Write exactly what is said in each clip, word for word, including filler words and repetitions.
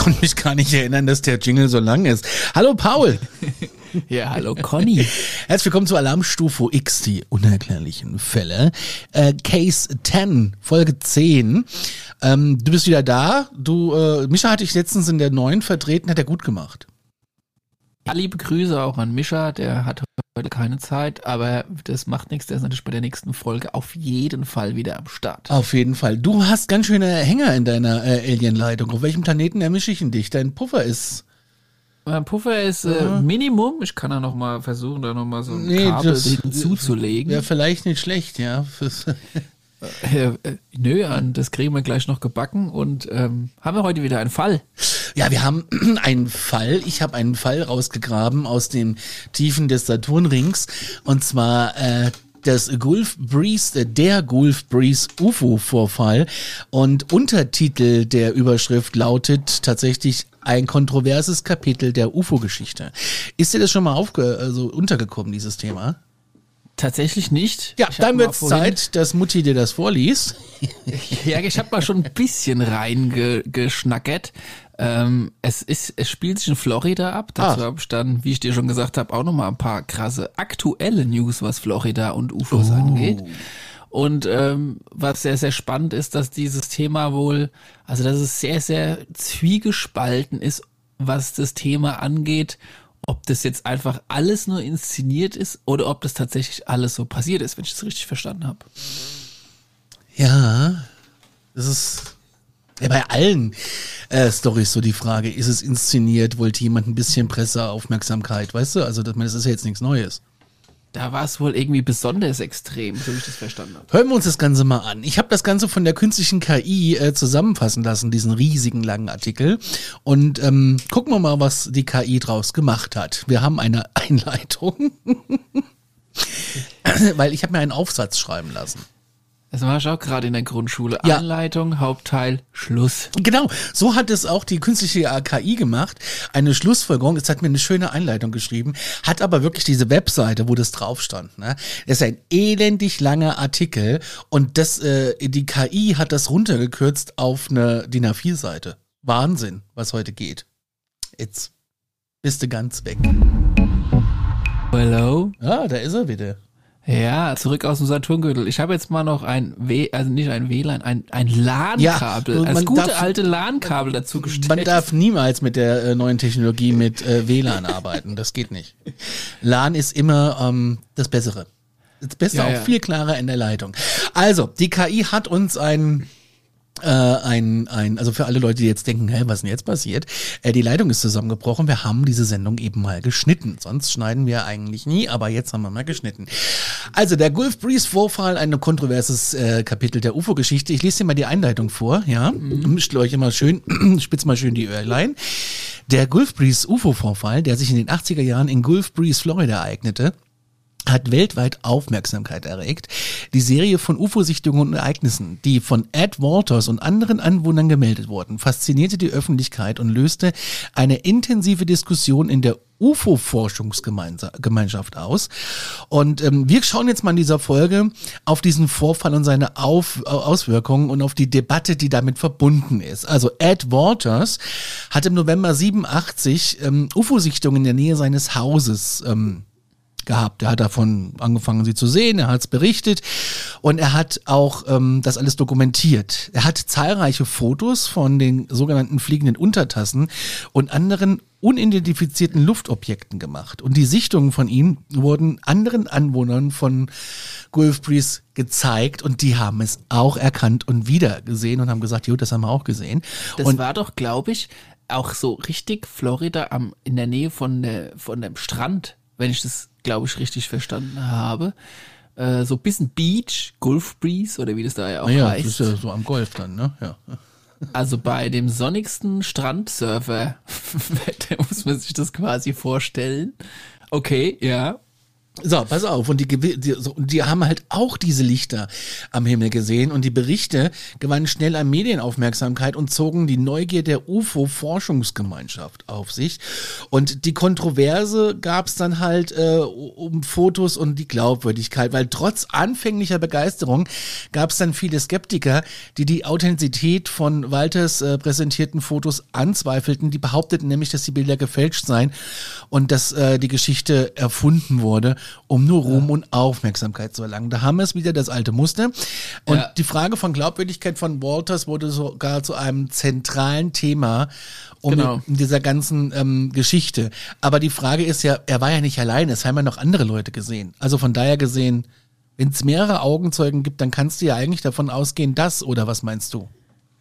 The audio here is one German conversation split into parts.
konnte mich gar nicht erinnern, dass der Jingle so lang ist. Hallo Paul. Ja, hallo Conny. Herzlich willkommen zu Alarmstufe X, die unerklärlichen Fälle. Äh, Case zehn, Folge zehn. Ähm, du bist wieder da. Du, äh, Mischa hatte ich letztens in der neuen vertreten, hat er gut gemacht. Ja, liebe Grüße auch an Mischa, der hat heute keine Zeit, aber das macht nichts, der ist natürlich bei der nächsten Folge auf jeden Fall wieder am Start. Auf jeden Fall. Du hast ganz schöne Hänger in deiner äh, Alien-Leitung. Auf welchem Planeten ermische ich ihn dich? Dein Puffer ist... Mein Puffer ist äh, ja. Minimum. Ich kann da noch mal versuchen, da noch mal so ein nee, Kabel das, hinzuzulegen. Wäre vielleicht nicht schlecht, ja. Äh, äh, nö, das kriegen wir gleich noch gebacken und ähm, haben wir heute wieder einen Fall. Ja, wir haben einen Fall. Ich habe einen Fall rausgegraben aus den Tiefen des Saturnrings und zwar äh, das Gulf Breeze, äh, der Gulf Breeze U F O-Vorfall und Untertitel der Überschrift lautet tatsächlich ein kontroverses Kapitel der U F O-Geschichte. Ist dir das schon mal aufge also untergekommen, dieses Thema? Tatsächlich nicht. Ja, dann wird's Zeit, dass Mutti dir das vorliest. Ja, ich habe mal schon ein bisschen reingeschnackert. Ähm, es ist, es spielt sich in Florida ab. Dazu habe ich dann, wie ich dir schon gesagt habe, auch nochmal ein paar krasse aktuelle News, was Florida und U F Os oh. angeht. Und ähm, was sehr, sehr spannend ist, dass dieses Thema wohl, also dass es sehr, sehr zwiegespalten ist, was das Thema angeht, ob das jetzt einfach alles nur inszeniert ist oder ob das tatsächlich alles so passiert ist, wenn ich das richtig verstanden habe. Ja, das ist ja bei allen äh, Storys so die Frage, ist es inszeniert, wollte jemand ein bisschen Presseaufmerksamkeit, weißt du? Also das, das ist ja jetzt nichts Neues. Da war es wohl irgendwie besonders extrem, so wie ich das verstanden habe. Hören wir uns das Ganze mal an. Ich habe das Ganze von der künstlichen K I äh, zusammenfassen lassen, diesen riesigen langen Artikel. Und ähm, gucken wir mal, was die K I draus gemacht hat. Wir haben eine Einleitung, weil ich habe mir einen Aufsatz schreiben lassen. Das war ich auch gerade in der Grundschule. Ja. Einleitung, Hauptteil, Schluss. Genau, so hat es auch die künstliche K I gemacht. Eine Schlussfolgerung, es hat mir eine schöne Einleitung geschrieben, hat aber wirklich diese Webseite, wo das drauf stand. Ne? Das ist ein elendig langer Artikel und das, äh, die K I hat das runtergekürzt auf eine D I N A vier Seite. Wahnsinn, was heute geht. Jetzt bist du ganz weg. Hello? Ah, da ist er wieder. Ja, zurück aus dem Saturngürtel. Ich habe jetzt mal noch ein W, also nicht ein W L A N, ein, ein LAN-Kabel, ja, das gute darf, alte LAN-Kabel dazu gestellt. Man darf niemals mit der äh, neuen Technologie mit äh, W L A N arbeiten, das geht nicht. LAN ist immer ähm, das Bessere. Das Beste ja, auch ja. viel klarer in der Leitung. Also, die K I hat uns ein Äh, ein, ein, also für alle Leute, die jetzt denken, hä, was ist denn jetzt passiert? Äh, die Leitung ist zusammengebrochen. Wir haben diese Sendung eben mal geschnitten. Sonst schneiden wir eigentlich nie, aber jetzt haben wir mal geschnitten. Also der Gulf Breeze Vorfall, ein kontroverses äh, Kapitel der U F O-Geschichte. Ich lese dir mal die Einleitung vor, ja. Mhm. Mischt euch immer schön, spitzt mal schön die Öhrlein. Der Gulf Breeze U F O-Vorfall, der sich in den achtziger Jahren in Gulf Breeze, Florida ereignete, hat weltweit Aufmerksamkeit erregt. Die Serie von U F O-Sichtungen und Ereignissen, die von Ed Walters und anderen Anwohnern gemeldet wurden, faszinierte die Öffentlichkeit und löste eine intensive Diskussion in der U F O-Forschungsgemeinschaft aus. Und ähm, wir schauen jetzt mal in dieser Folge auf diesen Vorfall und seine auf, Auswirkungen und auf die Debatte, die damit verbunden ist. Also Ed Walters hat im November siebenundachtzig ähm, U F O-Sichtungen in der Nähe seines Hauses ähm, gehabt. Er hat davon angefangen, sie zu sehen, er hat es berichtet und er hat auch ähm, das alles dokumentiert. Er hat zahlreiche Fotos von den sogenannten fliegenden Untertassen und anderen unidentifizierten Luftobjekten gemacht. Und die Sichtungen von ihm wurden anderen Anwohnern von Gulf Breeze gezeigt und die haben es auch erkannt und wieder gesehen und haben gesagt, jo, das haben wir auch gesehen. Das und war doch, glaube ich, auch so richtig Florida am in der Nähe von der von dem Strand, wenn ich das, glaube ich, richtig verstanden habe. Äh, so ein bisschen Beach, Gulf Breeze oder wie das da ja auch ja, heißt. Das ist ja so am Golf dann, ne? Ja. Also bei dem sonnigsten Strandsurfer, da muss man sich das quasi vorstellen. Okay, ja. So, pass auf. Und die, die, so, die haben halt auch diese Lichter am Himmel gesehen und die Berichte gewannen schnell an Medienaufmerksamkeit und zogen die Neugier der U F O-Forschungsgemeinschaft auf sich. Und die Kontroverse gab es dann halt äh, um Fotos und die Glaubwürdigkeit, weil trotz anfänglicher Begeisterung gab es dann viele Skeptiker, die die Authentizität von Walters äh, präsentierten Fotos anzweifelten. Die behaupteten nämlich, dass die Bilder gefälscht seien und dass äh, die Geschichte erfunden wurde, um nur Ruhm ja. und Aufmerksamkeit zu erlangen. Da haben wir es wieder, das alte Muster. Und ja. die Frage von Glaubwürdigkeit von Walters wurde sogar zu einem zentralen Thema um genau. in dieser ganzen ähm, Geschichte. Aber die Frage ist ja, er war ja nicht alleine, es haben ja noch andere Leute gesehen. Also von daher gesehen, wenn es mehrere Augenzeugen gibt, dann kannst du ja eigentlich davon ausgehen, dass, oder was meinst du?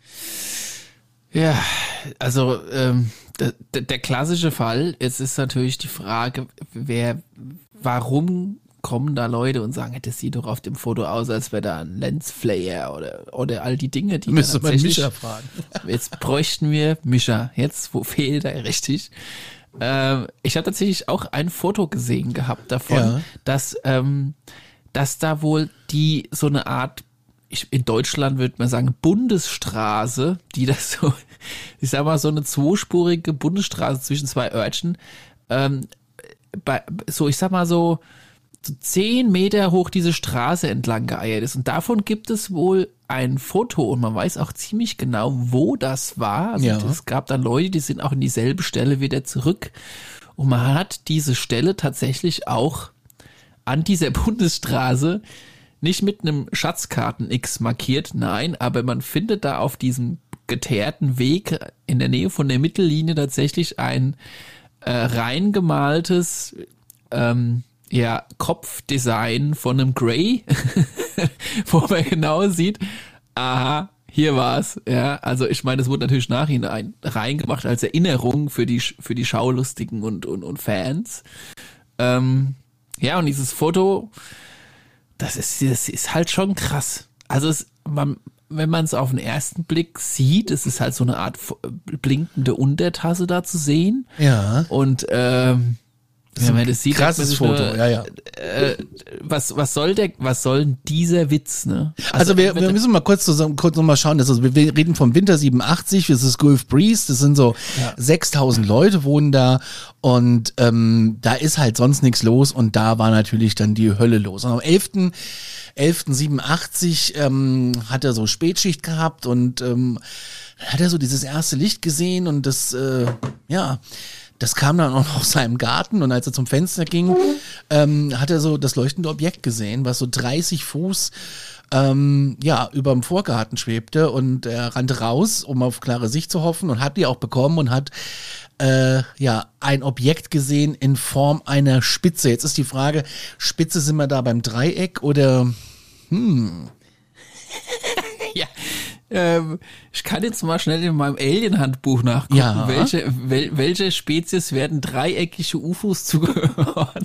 Ja, also ähm, der, der klassische Fall, jetzt ist natürlich die Frage, wer warum kommen da Leute und sagen, das sieht doch auf dem Foto aus, als wäre da ein Lensflare oder, oder all die Dinge, die müsste man Mischa fragen. Jetzt bräuchten wir Mischa. Jetzt, wo fehlt er richtig? Ähm, ich habe tatsächlich auch ein Foto gesehen gehabt davon, ja. dass, ähm, dass da wohl die so eine Art, ich, in Deutschland würde man sagen, Bundesstraße, die das so, ich sag mal, so eine zweispurige Bundesstraße zwischen zwei Örtchen, ähm, bei, so, ich sag mal so, so zehn Meter hoch diese Straße entlang geeiert ist. Und davon gibt es wohl ein Foto und man weiß auch ziemlich genau, wo das war. Also ja. es gab dann Leute, die sind auch in dieselbe Stelle wieder zurück. Und man hat diese Stelle tatsächlich auch an dieser Bundesstraße nicht mit einem Schatzkarten-X markiert, nein, aber man findet da auf diesem geteerten Weg in der Nähe von der Mittellinie tatsächlich ein Äh, reingemaltes ähm, ja, Kopfdesign von einem Grey, wo man genau sieht, aha, hier war's. Ja, also ich meine, es wurde natürlich nachhinein reingemacht als Erinnerung für die für die Schaulustigen und und, und Fans. Ähm, ja, und dieses Foto, das ist das ist halt schon krass. Also es, man wenn man es auf den ersten Blick sieht, es ist halt so eine Art blinkende Untertasse da zu sehen. Ja. Und ähm, das wenn man das sieht, krasses Foto, nur, ja, ja. Äh, was was soll der, was soll denn dieser Witz, ne? Also, also wir, wir müssen mal kurz zusammen, kurz noch mal schauen. Das ist, wir reden vom Winter siebenundachtzig. Das ist Gulf Breeze. Das sind so ja. sechstausend Leute wohnen da und ähm, da ist halt sonst nichts los und da war natürlich dann die Hölle los. Und am elften elften siebenundachtzig ähm, hat er so Spätschicht gehabt und ähm, hat er so dieses erste Licht gesehen und das, äh, ja, das kam dann auch noch aus seinem Garten und als er zum Fenster ging, ähm, hat er so das leuchtende Objekt gesehen, was so dreißig Fuß ähm, ja, über dem Vorgarten schwebte und er rannte raus, um auf klare Sicht zu hoffen und hat die auch bekommen und hat äh, ja, ein Objekt gesehen in Form einer Spitze. Jetzt ist die Frage, Spitze sind wir da beim Dreieck oder hm. Ja, ähm, ich kann jetzt mal schnell in meinem Alien-Handbuch nachgucken, ja. welche, wel, welche Spezies werden dreieckige U F Os zugeordnet.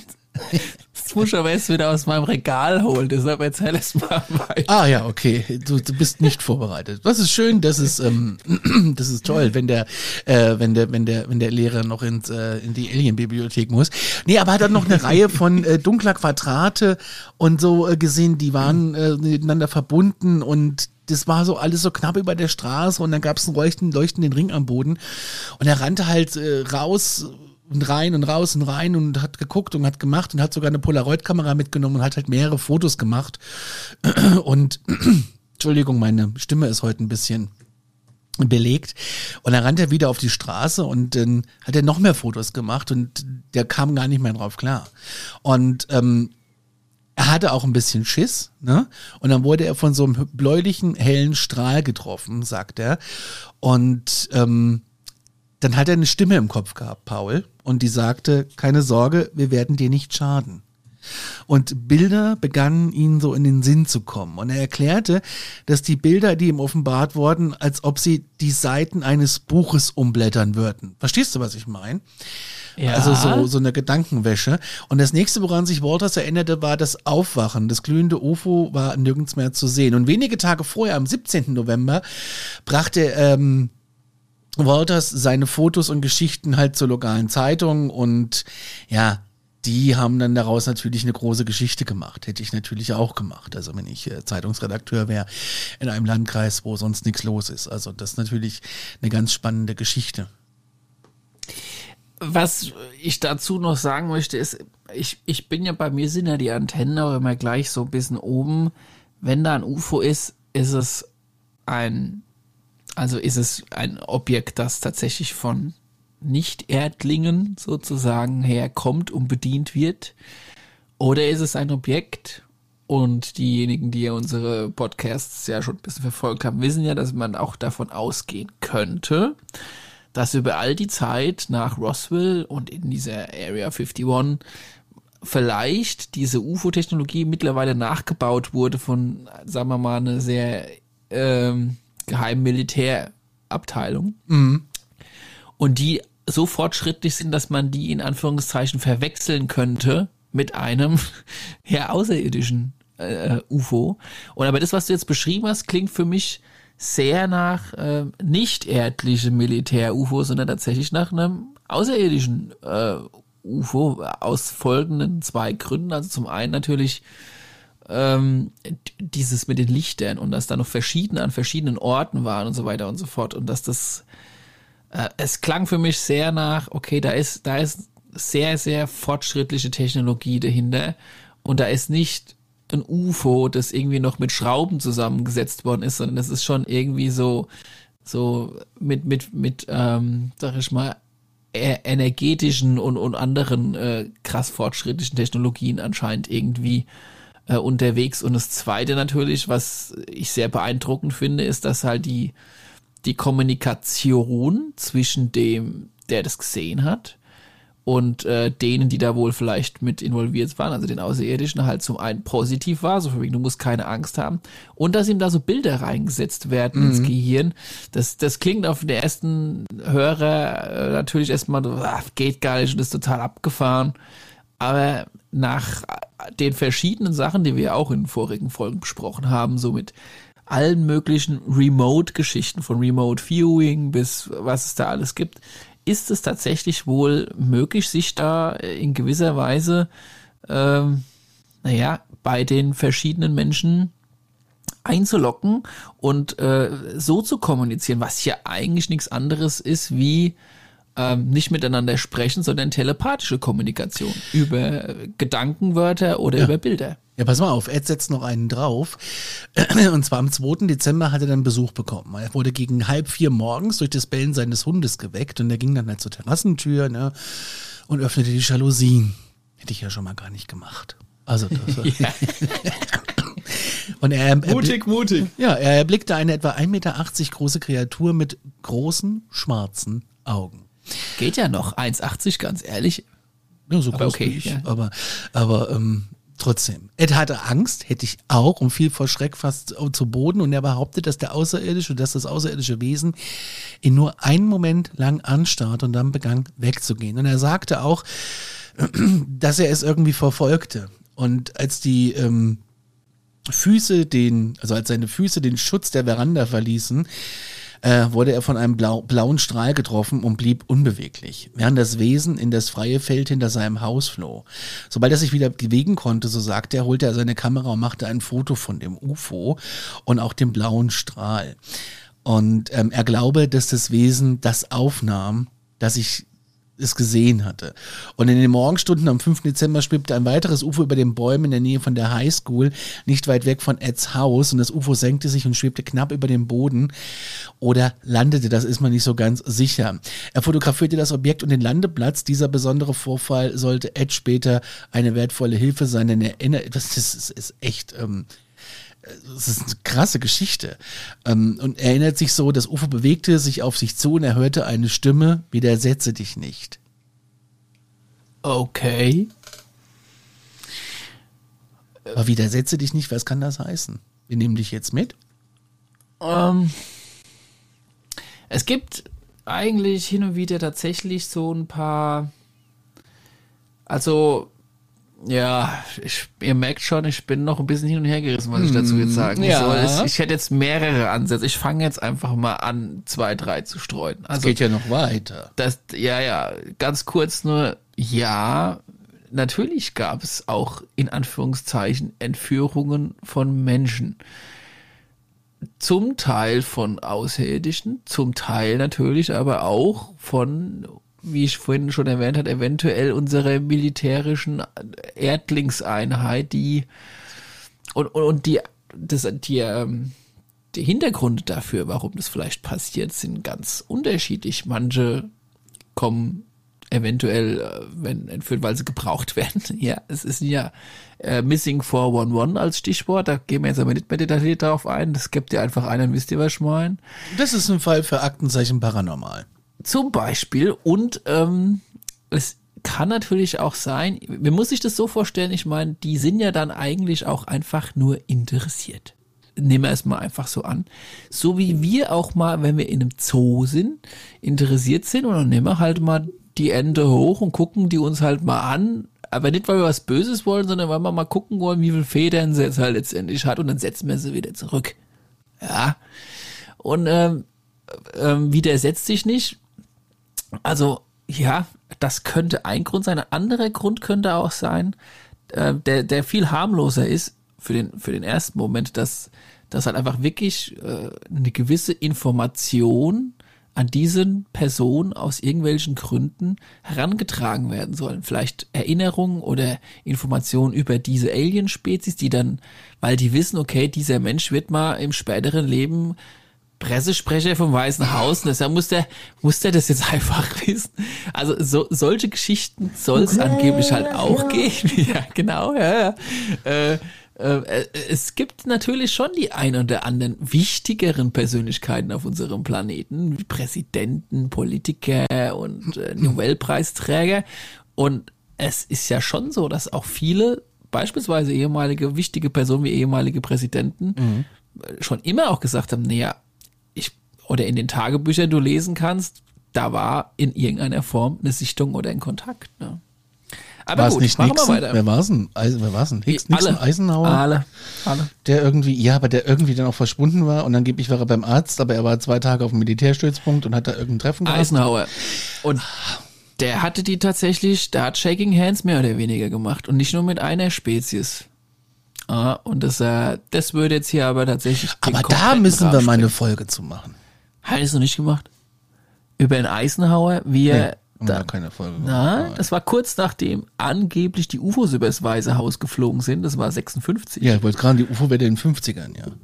Das muss ich aber erst wieder aus meinem Regal holen, deshalb erzähl es mal weiter. Ah ja, okay, du, du bist nicht vorbereitet. Das ist schön, das ist ähm, das ist toll, wenn der äh, wenn der wenn der wenn der Lehrer noch ins äh, in die Alien-Bibliothek muss. Nee, aber hat er noch eine Reihe von äh, dunkler Quadrate und so äh, gesehen, die waren äh, miteinander verbunden und das war so alles so knapp über der Straße und dann gab es einen leuchtenden, leuchtenden Ring am Boden und er rannte halt äh, raus und rein und raus und rein und hat geguckt und hat gemacht und hat sogar eine Polaroid-Kamera mitgenommen und hat halt mehrere Fotos gemacht und Entschuldigung, meine Stimme ist heute ein bisschen belegt und dann rannte er wieder auf die Straße und dann hat er noch mehr Fotos gemacht und der kam gar nicht mehr drauf klar und ähm, er hatte auch ein bisschen Schiss, ne? Und dann wurde er von so einem bläulichen, hellen Strahl getroffen, sagt er. Und ähm, dann hat er eine Stimme im Kopf gehabt, Paul, und die sagte, keine Sorge, wir werden dir nicht schaden. Und Bilder begannen ihm so in den Sinn zu kommen. Und er erklärte, dass die Bilder, die ihm offenbart wurden, als ob sie die Seiten eines Buches umblättern würden. Verstehst du, was ich meine? Ja. Also so, so eine Gedankenwäsche. Und das nächste, woran sich Walters erinnerte, war das Aufwachen. Das glühende U F O war nirgends mehr zu sehen. Und wenige Tage vorher, am siebzehnten November, brachte ähm, Walters seine Fotos und Geschichten halt zur lokalen Zeitung und ja, die haben dann daraus natürlich eine große Geschichte gemacht. Hätte ich natürlich auch gemacht. Also wenn ich äh, Zeitungsredakteur wäre in einem Landkreis, wo sonst nichts los ist. Also das ist natürlich eine ganz spannende Geschichte. Was ich dazu noch sagen möchte, ist, ich, ich bin ja, bei mir sind ja die Antennen auch immer gleich so ein bisschen oben. Wenn da ein U F O ist, ist es ein, also ist es ein Objekt, das tatsächlich von Nicht-Erdlingen sozusagen herkommt und bedient wird? Oder ist es ein Objekt, und diejenigen, die ja unsere Podcasts ja schon ein bisschen verfolgt haben, wissen ja, dass man auch davon ausgehen könnte, dass über all die Zeit nach Roswell und in dieser Area einundfünfzig vielleicht diese U F O-Technologie mittlerweile nachgebaut wurde von, sagen wir mal, einer sehr ähm, geheimen Militärabteilung. Mhm. Und die so fortschrittlich sind, dass man die in Anführungszeichen verwechseln könnte mit einem ja außerirdischen äh, U F O. Und aber das, was du jetzt beschrieben hast, klingt für mich sehr nach äh, nicht erdlichem Militär-U F O, sondern tatsächlich nach einem außerirdischen äh, U F O aus folgenden zwei Gründen. Also zum einen natürlich ähm, dieses mit den Lichtern und dass da noch verschiedene an verschiedenen Orten waren und so weiter und so fort. Und dass das äh, es klang für mich sehr nach, okay, da ist, da ist sehr, sehr fortschrittliche Technologie dahinter und da ist nicht ein U F O, das irgendwie noch mit Schrauben zusammengesetzt worden ist, sondern das ist schon irgendwie so, so mit, mit, mit, ähm, sag ich mal, energetischen und, und anderen äh, krass fortschrittlichen Technologien anscheinend irgendwie äh, unterwegs. Und das Zweite natürlich, was ich sehr beeindruckend finde, ist, dass halt die, die Kommunikation zwischen dem, der das gesehen hat, und äh, denen, die da wohl vielleicht mit involviert waren, also den Außerirdischen, halt zum einen positiv war, so für mich, du musst keine Angst haben, und dass ihm da so Bilder reingesetzt werden mhm. ins Gehirn. Das, das klingt auf den ersten Hörer äh, natürlich erstmal, ach, geht gar nicht und ist total abgefahren, aber nach den verschiedenen Sachen, die wir auch in den vorigen Folgen besprochen haben, so mit allen möglichen Remote-Geschichten, von Remote Viewing bis was es da alles gibt, ist es tatsächlich wohl möglich, sich da in gewisser Weise, ähm, naja, bei den verschiedenen Menschen einzulocken und äh, so zu kommunizieren, was ja eigentlich nichts anderes ist wie ähm, nicht miteinander sprechen, sondern telepathische Kommunikation über Gedankenwörter oder ja. über Bilder. Ja, pass mal auf, Ed setzt noch einen drauf. Und zwar am zweiten Dezember hat er dann Besuch bekommen. Er wurde gegen halb vier morgens durch das Bellen seines Hundes geweckt und er ging dann halt zur Terrassentür, ne, und öffnete die Jalousien. Hätte ich ja schon mal gar nicht gemacht. Also das war ja. Und er, er mutig, mutig. Ja, er erblickte eine etwa ein Meter achtzig große Kreatur mit großen, schwarzen Augen. Geht ja noch, eins achtzig, ganz ehrlich. Ja, so groß aber okay, wie ich. Ja. Aber, aber ähm, trotzdem. Ed hatte Angst, hätte ich auch, und fiel vor Schreck fast zu Boden. Und er behauptet, dass der Außerirdische, dass das außerirdische Wesen ihn nur einen Moment lang anstarrte und dann begann wegzugehen. Und er sagte auch, dass er es irgendwie verfolgte. Und als die ähm, Füße den, also als seine Füße den Schutz der Veranda verließen, äh, wurde er von einem blau, blauen Strahl getroffen und blieb unbeweglich, während das Wesen in das freie Feld hinter seinem Haus floh. Sobald er sich wieder bewegen konnte, so sagte er, holte er seine Kamera und machte ein Foto von dem U F O und auch dem blauen Strahl. Und ähm, er glaube, dass das Wesen das aufnahm, dass ich es gesehen hatte. Und in den Morgenstunden am fünften Dezember schwebte ein weiteres U F O über den Bäumen in der Nähe von der Highschool, nicht weit weg von Eds Haus, und das U F O senkte sich und schwebte knapp über dem Boden oder landete, das ist man nicht so ganz sicher. Er fotografierte das Objekt und den Landeplatz. Dieser besondere Vorfall sollte Ed später eine wertvolle Hilfe sein, denn er erinnert, das ist, das ist echt, ähm, das ist eine krasse Geschichte. Ähm, und er erinnert sich so, das U F O bewegte sich auf sich zu und er hörte eine Stimme, widersetze dich nicht. Okay. Aber widersetze dich nicht, was kann das heißen? Wir nehmen dich jetzt mit. Ähm, es gibt eigentlich hin und wieder tatsächlich so ein paar, also ja, ich, ihr merkt schon, ich bin noch ein bisschen hin und her gerissen, was ich dazu jetzt sagen ja. soll. Ich, ich hätte jetzt mehrere Ansätze. Ich fange jetzt einfach mal an, zwei, drei zu streuen. Also, es geht ja noch weiter. Das, ja, ja, ganz kurz nur, ja, natürlich gab es auch in Anführungszeichen Entführungen von Menschen. Zum Teil von Außerirdischen, zum Teil natürlich aber auch von, wie ich vorhin schon erwähnt habe, eventuell unserer militärischen Erdlingseinheit, die und, und die, das, die, ähm, die Hintergründe dafür, warum das vielleicht passiert, sind ganz unterschiedlich. Manche kommen eventuell, wenn entführt, weil sie gebraucht werden. Ja, es ist ja äh, Missing vier eins eins als Stichwort, da gehen wir jetzt aber nicht mehr detailliert darauf ein. Das gibt ihr einfach einen, wisst ihr, was ich meine? Das ist ein Fall für Aktenzeichen Paranormal. Zum Beispiel. Und ähm, es kann natürlich auch sein, man muss sich das so vorstellen, ich meine, die sind ja dann eigentlich auch einfach nur interessiert. Nehmen wir es mal einfach so an. So wie wir auch mal, wenn wir in einem Zoo sind, interessiert sind, und dann nehmen wir halt mal die Ente hoch und gucken die uns halt mal an, aber nicht, weil wir was Böses wollen, sondern weil wir mal gucken wollen, wie viel Federn sie jetzt halt letztendlich hat, und dann setzen wir sie wieder zurück. Ja. Und ähm, ähm, widersetzt sich nicht. Also, ja, das könnte ein Grund sein. Ein anderer Grund könnte auch sein, äh, der, der viel harmloser ist für den, für den ersten Moment, dass, dass halt einfach wirklich äh, eine gewisse Information an diesen Personen aus irgendwelchen Gründen herangetragen werden sollen. Vielleicht Erinnerungen oder Informationen über diese Alien-Spezies, die dann, weil die wissen, okay, dieser Mensch wird mal im späteren Leben Pressesprecher vom Weißen Haus, und deshalb muss der, muss der das jetzt einfach wissen. Also so, solche Geschichten soll es angeblich halt auch geben. Ja, genau, ja, ja. Äh, äh, es gibt natürlich schon die ein oder anderen wichtigeren Persönlichkeiten auf unserem Planeten, wie Präsidenten, Politiker und äh, Nobelpreisträger. Und es ist ja schon so, dass auch viele, beispielsweise ehemalige wichtige Personen wie ehemalige Präsidenten, mhm. schon immer auch gesagt haben, naja, ich, oder in den Tagebüchern du lesen kannst, da war in irgendeiner Form eine Sichtung oder ein Kontakt. Ne? Aber war's gut, nicht machen Nixon? wir weiter. Wer war's denn? Wer war's denn? Hicks, Nixon, alle, Eisenhower? Alle, alle. Der irgendwie, ja, aber der irgendwie dann auch verschwunden war, und angeblich war er beim Arzt, aber er war zwei Tage auf dem Militärstützpunkt und hat da irgendein Treffen gehabt. Eisenhower. Und der hatte die tatsächlich, der hat Shaking Hands mehr oder weniger gemacht, und nicht nur mit einer Spezies. Ah, und das, äh, das würde jetzt hier aber tatsächlich. Aber da müssen wir mal eine Folge zu machen. Hat er es noch nicht gemacht? Über den Eisenhower, wie er. Nee, da keine Folge. Na, das war kurz nachdem angeblich die U F Os übers Weiße Haus geflogen sind. Das war sechsundfünfzig. Ja, ich wollte gerade, die U F O-Welle in den fünfzigern, ja.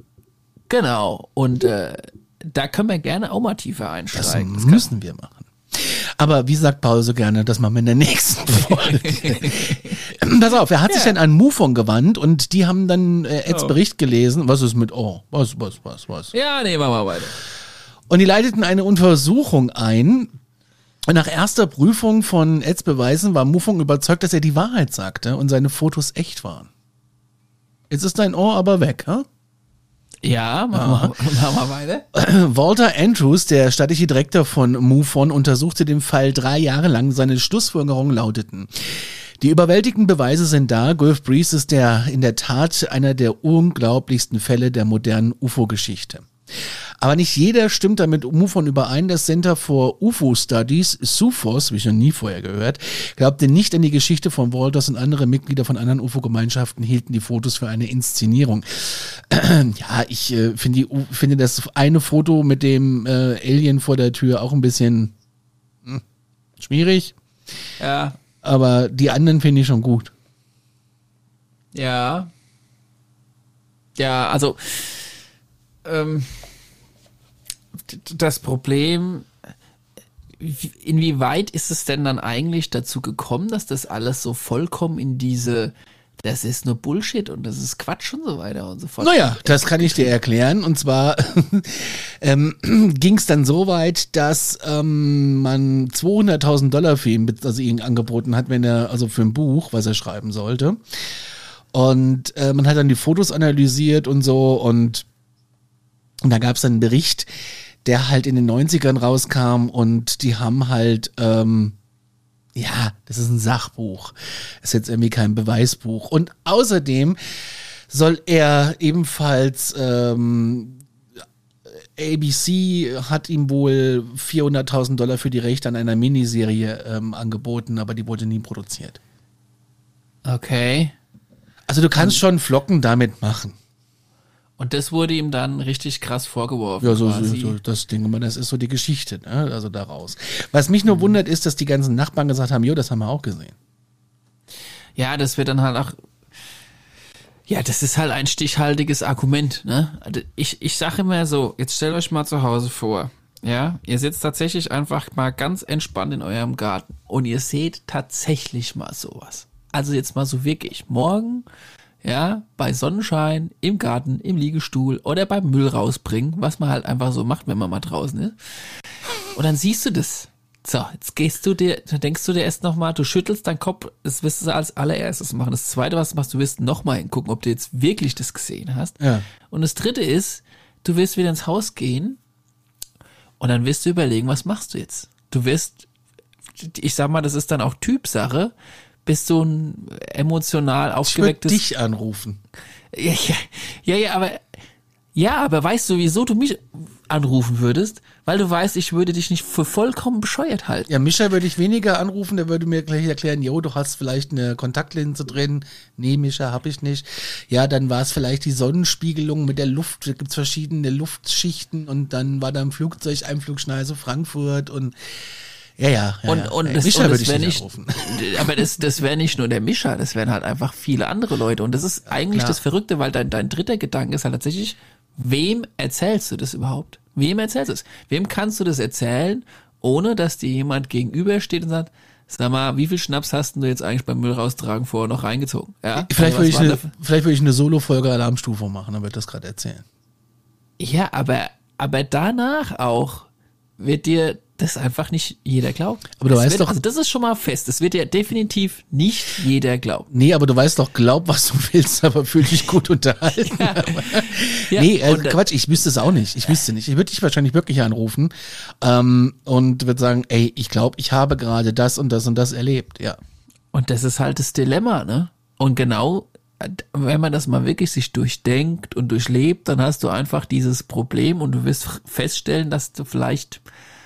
Genau. Und äh, da können wir gerne auch mal tiefer einsteigen. Das, das müssen wir machen. Aber wie sagt Paul so gerne, das machen wir in der nächsten Folge. Pass auf, er hat ja. sich dann an MUFON gewandt, und die haben dann äh, Eds oh. Bericht gelesen. Was ist mit Oh? Was, was, was, was? Ja, nee, machen wir weiter. Und die leiteten eine Untersuchung ein. Und nach erster Prüfung von Eds Beweisen war MUFON überzeugt, dass er die Wahrheit sagte und seine Fotos echt waren. Jetzt ist dein Ohr aber weg, ha? Ja, machen wir, machen wir weiter. Walter Andrews, der staatliche Direktor von MUFON, untersuchte den Fall drei Jahre lang. Seine Schlussfolgerungen lauteten: Die überwältigenden Beweise sind da. Gulf Breeze ist der in der Tat einer der unglaublichsten Fälle der modernen U F O-Geschichte. Aber nicht jeder stimmt damit MUFON überein. Das Center for U F O Studies, S U F O S, wie ich noch nie vorher gehört, glaubte nicht an die Geschichte von Walters, und andere Mitglieder von anderen U F O-Gemeinschaften hielten die Fotos für eine Inszenierung. Ja, ich äh, finde, die, finde das eine Foto mit dem äh, Alien vor der Tür auch ein bisschen hm, schwierig. Ja. Aber die anderen finde ich schon gut. Ja. Ja, also ähm, das Problem, inwieweit ist es denn dann eigentlich dazu gekommen, dass das alles so vollkommen in diese, das ist nur Bullshit und das ist Quatsch und so weiter und so fort. Naja, das kann ich dir erklären. Und zwar ähm, ging es dann so weit, dass ähm, man zweihunderttausend Dollar für ihn, also ihn angeboten hat, wenn er, also für ein Buch, was er schreiben sollte. Und äh, man hat dann die Fotos analysiert und so, und, und da gab es dann einen Bericht, der halt in den neunzigern rauskam, und die haben halt, ähm, ja, das ist ein Sachbuch, ist jetzt irgendwie kein Beweisbuch. Und außerdem soll er ebenfalls, ähm, A B C hat ihm wohl vierhunderttausend Dollar für die Rechte an einer Miniserie ähm, angeboten, aber die wurde nie produziert. Okay. Also du kannst schon Flocken damit machen. Und das wurde ihm dann richtig krass vorgeworfen. Ja, so, so, quasi. so das Ding, das ist so die Geschichte, ne? Also daraus. Was mich nur mhm. wundert, ist, dass die ganzen Nachbarn gesagt haben, jo, das haben wir auch gesehen. Ja, das wird dann halt auch, ja, das ist halt ein stichhaltiges Argument, ne? Ich, ich sage immer so, jetzt stellt euch mal zu Hause vor, ja, ihr sitzt tatsächlich einfach mal ganz entspannt in eurem Garten und ihr seht tatsächlich mal sowas. Also jetzt mal so wirklich, morgen, ja, bei Sonnenschein, im Garten, im Liegestuhl oder beim Müll rausbringen, was man halt einfach so macht, wenn man mal draußen ist. Und dann siehst du das. So, jetzt gehst du dir, dann denkst du dir erst nochmal, du schüttelst deinen Kopf, das wirst du als allererstes machen. Das zweite, was du machst, du wirst nochmal hingucken, ob du jetzt wirklich das gesehen hast. Ja. Und das dritte ist, du wirst wieder ins Haus gehen und dann wirst du überlegen, was machst du jetzt? Du wirst, ich sag mal, das ist dann auch Typsache, bist du ein emotional aufgewecktes... Ich würde dich anrufen. Ja, ja, ja, ja, aber... Ja, aber weißt du, wieso du mich anrufen würdest? Weil du weißt, ich würde dich nicht für vollkommen bescheuert halten. Ja, Mischa würde ich weniger anrufen, der würde mir gleich erklären, jo, du hast vielleicht eine Kontaktlinse drin. Nee, Mischa, hab ich nicht. Ja, dann war es vielleicht die Sonnenspiegelung mit der Luft, da gibt's verschiedene Luftschichten und dann war da im Flugzeug Einflugschneise Frankfurt und ja, ja, ja. Und, ja. und ja, das, Mischa und würde das ich nicht nicht, anrufen. Aber das, das wäre nicht nur der Mischa, das wären halt einfach viele andere Leute. Und das ist eigentlich klar. das Verrückte, weil dein, dein dritter Gedanke ist halt tatsächlich, wem erzählst du das überhaupt? Wem erzählst du es? Wem kannst du das erzählen, ohne dass dir jemand gegenübersteht und sagt, sag mal, wie viel Schnaps hast du jetzt eigentlich beim Müll raustragen vorher noch reingezogen? Ja? Vielleicht Also würde ich, was war eine, vielleicht würde ich eine Solo-Folge Alarmstufe machen, dann wird das gerade erzählen. Ja, aber, aber danach auch wird dir das einfach nicht jeder glauben. Aber du Es weißt wird, doch- Also das ist schon mal fest. Das wird dir definitiv nicht jeder glauben. Nee, aber du weißt doch, glaub, was du willst, aber fühl dich gut unterhalten. Ja. Ja, Nee, äh, und, äh, Quatsch, ich wüsste es auch nicht. Ich wüsste nicht. Ich würde dich wahrscheinlich wirklich anrufen ähm, und würde sagen, ey, ich glaube, ich habe gerade das und das und das erlebt. Ja. Und das ist halt das Dilemma, ne? Und genau, wenn man das mal wirklich sich durchdenkt und durchlebt, dann hast du einfach dieses Problem und du wirst feststellen, dass du vielleicht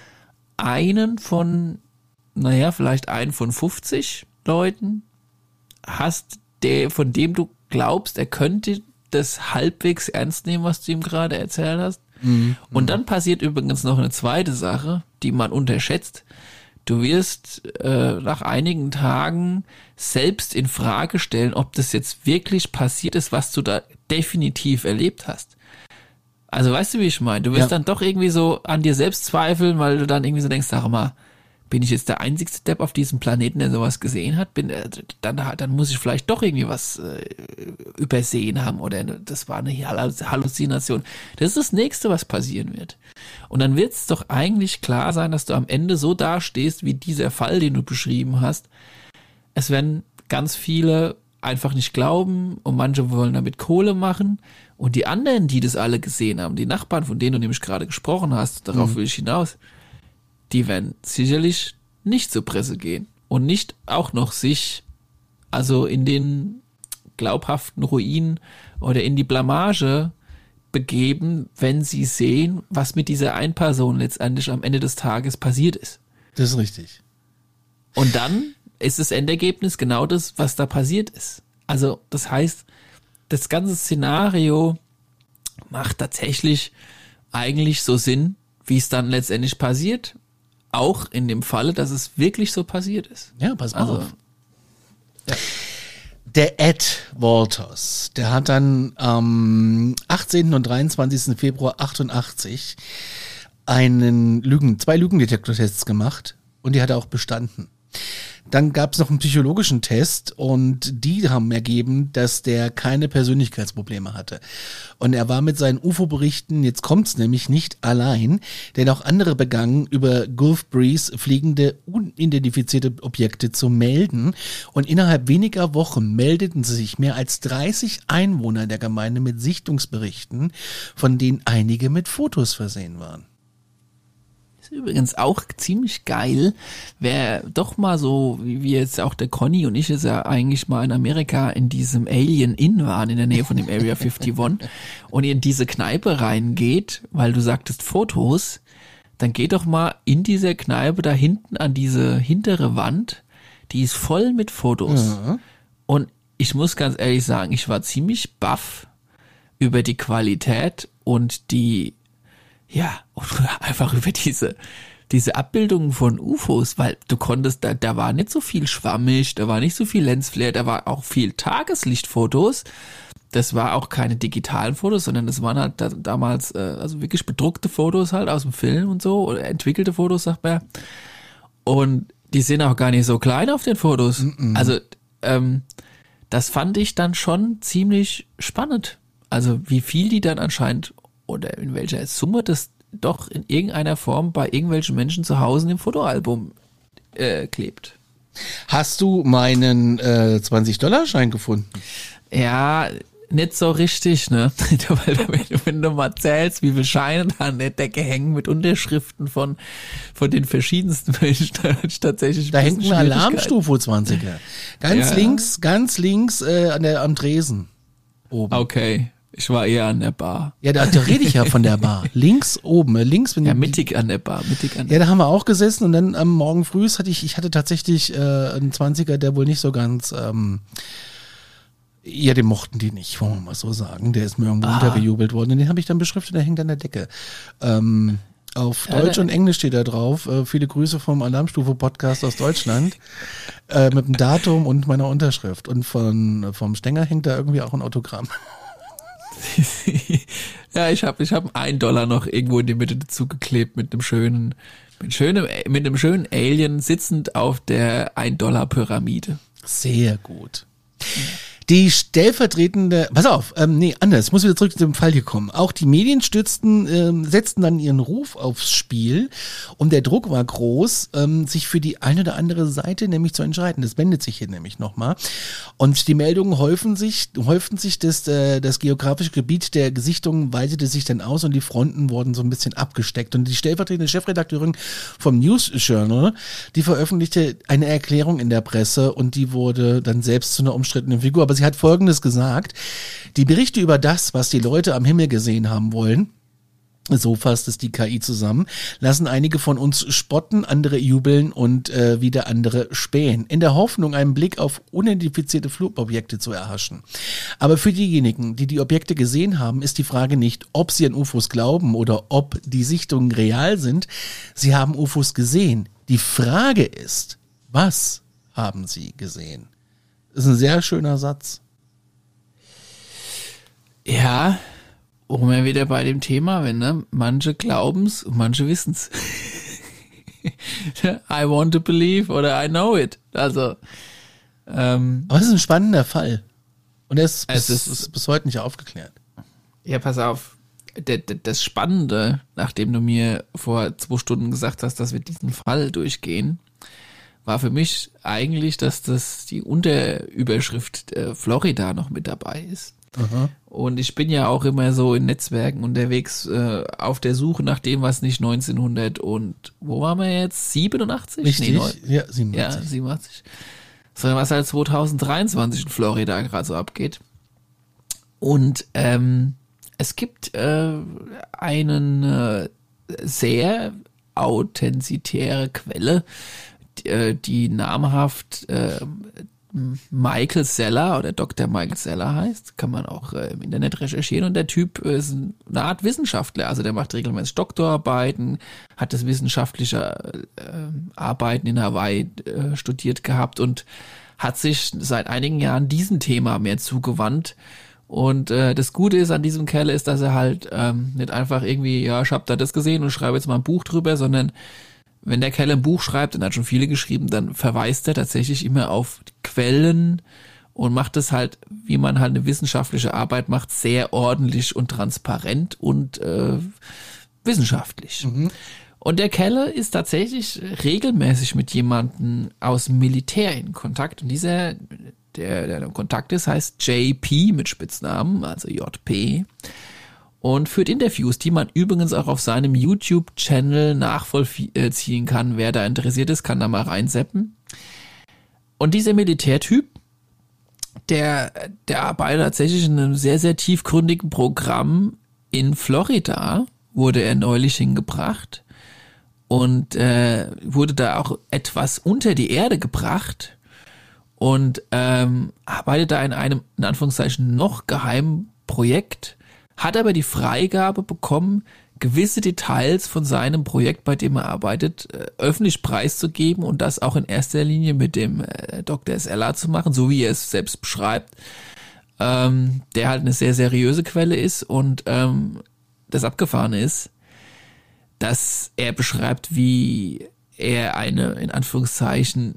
einen von, naja, vielleicht einen von fünfzig Leuten hast, der, von dem du glaubst, er könnte das halbwegs ernst nehmen, was du ihm gerade erzählt hast. Mhm. Und dann passiert übrigens noch eine zweite Sache, die man unterschätzt. Du wirst äh, nach einigen Tagen selbst in Frage stellen, ob das jetzt wirklich passiert ist, was du da definitiv erlebt hast. Also weißt du, wie ich meine? Du wirst Ja. dann doch irgendwie so an dir selbst zweifeln, weil du dann irgendwie so denkst, sag mal, bin ich jetzt der einzigste Depp auf diesem Planeten, der sowas gesehen hat? Bin, äh, dann, dann muss ich vielleicht doch irgendwie was äh, übersehen haben oder das war eine Halluzination. Das ist das Nächste, was passieren wird. Und dann wird es doch eigentlich klar sein, dass du am Ende so dastehst, wie dieser Fall, den du beschrieben hast. Es werden ganz viele einfach nicht glauben und manche wollen damit Kohle machen und die anderen, die das alle gesehen haben, die Nachbarn, von denen du nämlich gerade gesprochen hast, darauf Mhm. will ich hinaus, die werden sicherlich nicht zur Presse gehen und nicht auch noch sich, also in den glaubhaften Ruinen oder in die Blamage begeben, wenn sie sehen, was mit dieser einen Person letztendlich am Ende des Tages passiert ist. Das ist richtig. Und dann ist das Endergebnis genau das, was da passiert ist. Also das heißt, das ganze Szenario macht tatsächlich eigentlich so Sinn, wie es dann letztendlich passiert. Auch in dem Falle, dass es wirklich so passiert ist. Ja, pass Also, auf. Der Ed Walters, der hat dann am achtzehnten und dreiundzwanzigsten Februar achtundachtzig einen Lügen, zwei Lügendetektortests gemacht und die hat er auch bestanden. Dann gab es noch einen psychologischen Test und die haben ergeben, dass der keine Persönlichkeitsprobleme hatte. Und er war mit seinen U F O-Berichten, jetzt kommt's nämlich, nicht allein, denn auch andere begannen, über Gulf Breeze fliegende, unidentifizierte Objekte zu melden. Und innerhalb weniger Wochen meldeten sich mehr als dreißig Einwohner der Gemeinde mit Sichtungsberichten, von denen einige mit Fotos versehen waren. übrigens auch ziemlich geil, wer doch mal so, wie wir jetzt auch der Conny und ich jetzt ja eigentlich mal in Amerika in diesem Alien Inn waren, in der Nähe von dem Area einundfünfzig und in diese Kneipe reingeht, weil du sagtest Fotos, dann geht doch mal in dieser Kneipe da hinten an diese hintere Wand, die ist voll mit Fotos. Ja. Und ich muss ganz ehrlich sagen, ich war ziemlich baff über die Qualität und die, ja, einfach über diese, diese Abbildungen von U F Os, weil du konntest, da, da war nicht so viel schwammig, da war nicht so viel Lensflare, da war auch viel Tageslichtfotos. Das war auch keine digitalen Fotos, sondern das waren halt da, damals, äh, also wirklich bedruckte Fotos halt aus dem Film und so, oder entwickelte Fotos, sagt man. Und die sind auch gar nicht so klein auf den Fotos. Mm-mm. Also, ähm, das fand ich dann schon ziemlich spannend. Also, wie viel die dann anscheinend, oder in welcher Summe das doch in irgendeiner Form bei irgendwelchen Menschen zu Hause im Fotoalbum äh, klebt. Hast du meinen äh, zwanzig-Dollar-Schein gefunden? Ja, nicht so richtig, ne? Wenn du mal zählst, wie viele Scheine da an der Decke hängen mit Unterschriften von von den verschiedensten Menschen, da tatsächlich. Da hängt ein Alarmstufe zwanziger. Ganz ja. links, ganz links äh, an der am Tresen oben. Okay, ich war eher an der Bar. Ja, da, da rede ich ja von der Bar. Links oben, äh, links. Wenn ja, die, mittig an der Bar, mittig an der Ja, da haben wir auch gesessen und dann am Morgen früh hatte ich, ich hatte tatsächlich äh, einen zwanziger, der wohl nicht so ganz ähm, ja, den mochten die nicht, wollen wir mal so sagen. Der ist mir irgendwo untergejubelt worden und den habe ich dann beschriftet, der hängt an der Decke. Ähm, auf ja, Deutsch und Englisch steht da drauf. Äh, viele Grüße vom Alarmstufe-Podcast aus Deutschland. äh, mit dem Datum und meiner Unterschrift. Und von vom Stenger hängt da irgendwie auch ein Autogramm. Ja, ich habe ich hab einen Dollar noch irgendwo in die Mitte dazu geklebt mit einem schönen, mit schönem, mit einem schönen Alien sitzend auf der ein-Dollar-Pyramide. Sehr gut. Die stellvertretende, pass auf, ähm, nee, anders, ich muss wieder zurück zu dem Fall hier kommen. Auch die Medien stützten, ähm, setzten dann ihren Ruf aufs Spiel und der Druck war groß, ähm, sich für die eine oder andere Seite nämlich zu entscheiden. Das wendet sich hier nämlich nochmal. Und die Meldungen häufen sich, häuften sich, das, äh, das geografische Gebiet der Gesichtungen weitete sich dann aus und die Fronten wurden so ein bisschen abgesteckt. Und die stellvertretende Chefredakteurin vom News Journal, die veröffentlichte eine Erklärung in der Presse und die wurde dann selbst zu einer umstrittenen Figur. Aber sie hat Folgendes gesagt: Die Berichte über das, was die Leute am Himmel gesehen haben wollen, so fasst es die K I zusammen, lassen einige von uns spotten, andere jubeln und äh, wieder andere spähen, in der Hoffnung, einen Blick auf unidentifizierte Flugobjekte zu erhaschen. Aber für diejenigen, die die Objekte gesehen haben, ist die Frage nicht, ob sie an U F Os glauben oder ob die Sichtungen real sind. Sie haben U F Os gesehen. Die Frage ist, was haben sie gesehen? Das ist ein sehr schöner Satz. Ja, wo wir wieder bei dem Thema, wenn, ne? Manche glauben's und manche wissen's. I want to believe oder I know it. Also, ähm, aber es ist ein spannender Fall. Und er ist bis, ist, ist bis heute nicht aufgeklärt. Ja, pass auf. Das Spannende, nachdem du mir vor zwei Stunden gesagt hast, dass wir diesen Fall durchgehen, war für mich eigentlich, dass das die Unterüberschrift äh, Florida noch mit dabei ist. Aha. Und ich bin ja auch immer so in Netzwerken unterwegs äh, auf der Suche nach dem, was nicht neunzehnhundert und wo waren wir jetzt? siebenundachtzig? Richtig, nee, neun, ja, siebenundachtzig. Ja, siebenundachtzig. Sondern was halt zwanzig dreiundzwanzig in Florida gerade so abgeht. Und ähm, es gibt äh, einen äh, sehr authentitäre Quelle, die, die namhaft äh, Michael Zeller oder Doktor Michael Zeller heißt, kann man auch äh, im Internet recherchieren, und der Typ ist eine Art Wissenschaftler, also der macht regelmäßig Doktorarbeiten, hat das wissenschaftliche äh, Arbeiten in Hawaii äh, studiert gehabt und hat sich seit einigen Jahren diesem Thema mehr zugewandt. Und äh, das Gute ist an diesem Kerl ist, dass er halt ähm, nicht einfach irgendwie, ja, ich hab da das gesehen und schreibe jetzt mal ein Buch drüber, sondern wenn der Kerl ein Buch schreibt, und hat schon viele geschrieben, dann verweist er tatsächlich immer auf Quellen und macht es halt, wie man halt eine wissenschaftliche Arbeit macht, sehr ordentlich und transparent und äh, wissenschaftlich. Mhm. Und der Kerl ist tatsächlich regelmäßig mit jemandem aus dem Militär in Kontakt. Und dieser, der, der in Kontakt ist, heißt J P mit Spitznamen, also J P. Und führt Interviews, die man übrigens auch auf seinem YouTube-Channel nachvollziehen kann. Wer da interessiert ist, kann da mal reinseppen. Und dieser Militärtyp, der, der arbeitet tatsächlich in einem sehr, sehr tiefgründigen Programm in Florida, wurde er neulich hingebracht und äh, wurde da auch etwas unter die Erde gebracht. und ähm, arbeitet da in einem, in Anführungszeichen, noch geheimen Projekt, hat aber die Freigabe bekommen, gewisse Details von seinem Projekt, bei dem er arbeitet, äh, öffentlich preiszugeben und das auch in erster Linie mit dem äh, Doktor Esela zu machen, so wie er es selbst beschreibt, ähm, der halt eine sehr seriöse Quelle ist und ähm, das Abgefahrene ist, dass er beschreibt, wie er eine, in Anführungszeichen,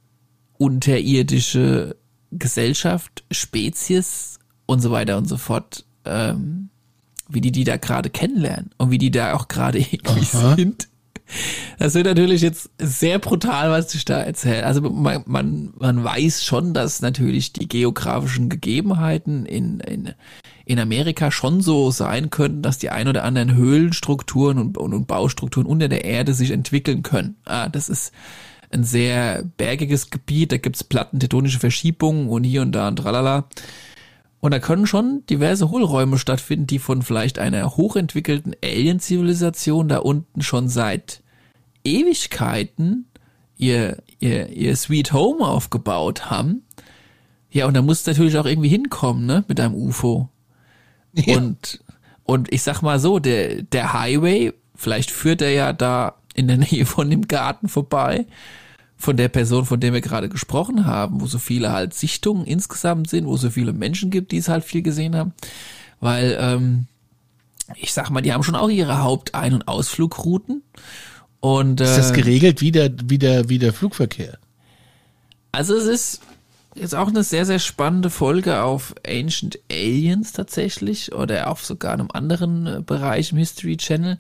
unterirdische Gesellschaft, Spezies und so weiter und so fort, ähm, wie die die da gerade kennenlernen und wie die da auch gerade irgendwie Aha. sind. Das wird natürlich jetzt sehr brutal, was ich da erzähle. Also man, man, man weiß schon, dass natürlich die geografischen Gegebenheiten in, in, in Amerika schon so sein können, dass die ein oder anderen Höhlenstrukturen und, und, und Baustrukturen unter der Erde sich entwickeln können. Ah, das ist ein sehr bergiges Gebiet, da gibt's Platten, tektonische Verschiebungen und hier und da und tralala. Und da können schon diverse Hohlräume stattfinden, die von vielleicht einer hochentwickelten Alien-Zivilisation da unten schon seit Ewigkeiten ihr, ihr, ihr Sweet Home aufgebaut haben. Ja, und da musst du natürlich auch irgendwie hinkommen, ne, mit deinem U F O. Ja. Und, und ich sag mal so, der, der Highway, vielleicht führt er ja da in der Nähe von dem Garten vorbei, von der Person, von der wir gerade gesprochen haben, wo so viele halt Sichtungen insgesamt sind, wo so viele Menschen gibt, die es halt viel gesehen haben, weil ähm, ich sag mal, die haben schon auch ihre Hauptein- und Ausflugrouten und äh, ist das geregelt wie der, wie der, wie der Flugverkehr? Also es ist jetzt auch eine sehr, sehr spannende Folge auf Ancient Aliens tatsächlich oder auf sogar einem anderen Bereich im History Channel,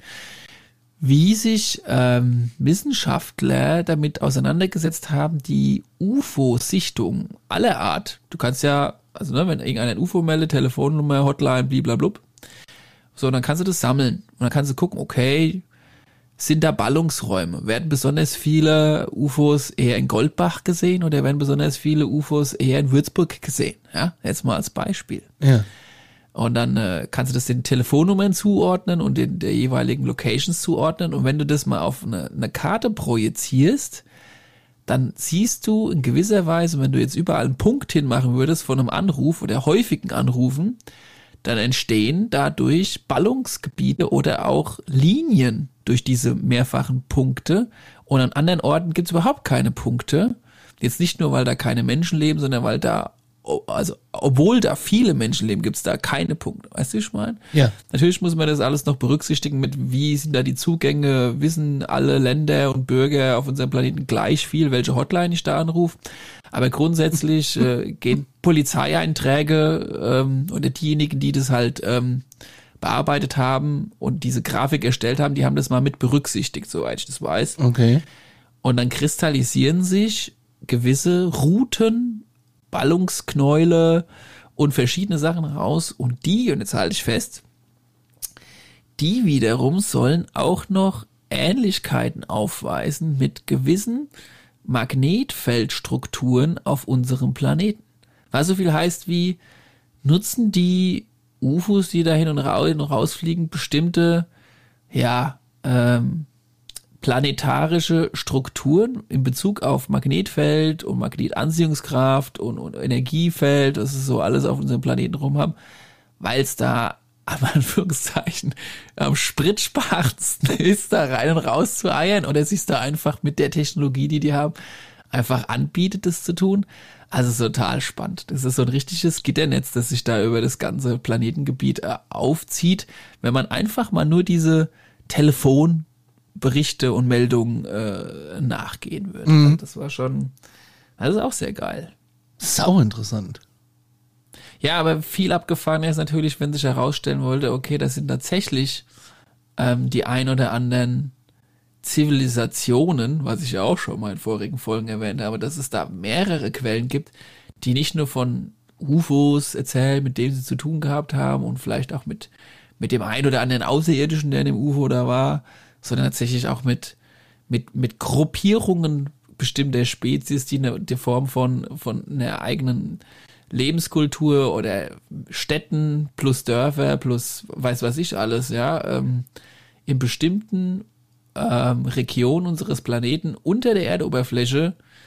wie sich ähm, Wissenschaftler damit auseinandergesetzt haben, die U F O-Sichtungen aller Art. Du kannst ja, also ne, wenn irgendeiner ein U F O meldet, Telefonnummer, Hotline, bliblablub, so, dann kannst du das sammeln. Und dann kannst du gucken, okay, sind da Ballungsräume? Werden besonders viele U F Os eher in Goldbach gesehen oder werden besonders viele U F Os eher in Würzburg gesehen? Ja, jetzt mal als Beispiel. Ja. Und dann äh, kannst du das den Telefonnummern zuordnen und den der jeweiligen Locations zuordnen. Und wenn du das mal auf eine, eine Karte projizierst, dann siehst du in gewisser Weise, wenn du jetzt überall einen Punkt hinmachen würdest von einem Anruf oder häufigen Anrufen, dann entstehen dadurch Ballungsgebiete oder auch Linien durch diese mehrfachen Punkte. Und an anderen Orten gibt es überhaupt keine Punkte. Jetzt nicht nur, weil da keine Menschen leben, sondern weil da also obwohl da viele Menschen leben, gibt's da keine Punkte. Weißt du, wie ich meine? Ja. Natürlich muss man das alles noch berücksichtigen mit, wie sind da die Zugänge, wissen alle Länder und Bürger auf unserem Planeten gleich viel, welche Hotline ich da anrufe. Aber grundsätzlich äh, gehen Polizeieinträge ähm, oder diejenigen, die das halt ähm, bearbeitet haben und diese Grafik erstellt haben, die haben das mal mit berücksichtigt, soweit ich das weiß. Okay. Und dann kristallisieren sich gewisse Routen, Ballungsknäule und verschiedene Sachen raus und die, und jetzt halte ich fest, die wiederum sollen auch noch Ähnlichkeiten aufweisen mit gewissen Magnetfeldstrukturen auf unserem Planeten. Was so viel heißt wie, nutzen die U F Os, die da hin und rausfliegen, bestimmte, ja, ähm, planetarische Strukturen in Bezug auf Magnetfeld und Magnetanziehungskraft und, und Energiefeld, das ist so alles auf unserem Planeten rum haben, weil es da, an Anführungszeichen, am spritsparendsten ist, da rein und raus zu eiern oder sich da einfach mit der Technologie, die die haben, einfach anbietet, das zu tun. Also total spannend. Das ist so ein richtiges Gitternetz, das sich da über das ganze Planetengebiet äh, aufzieht, wenn man einfach mal nur diese Telefon Berichte und Meldungen äh, nachgehen würde. Mhm. Also das war schon, das ist auch sehr geil. Sau interessant. Ja, aber viel abgefahren ist natürlich, wenn sich herausstellen wollte, okay, das sind tatsächlich ähm, die ein oder anderen Zivilisationen, was ich ja auch schon mal in vorigen Folgen erwähnt habe, dass es da mehrere Quellen gibt, die nicht nur von U F Os erzählen, mit denen sie zu tun gehabt haben und vielleicht auch mit, mit dem ein oder anderen Außerirdischen, der in dem U F O da war, sondern tatsächlich auch mit, mit, mit Gruppierungen bestimmter Spezies, die eine die Form von, von einer eigenen Lebenskultur oder Städten plus Dörfer plus weiß was ich alles, ja, ähm, in bestimmten ähm, Regionen unseres Planeten unter der Erdoberfläche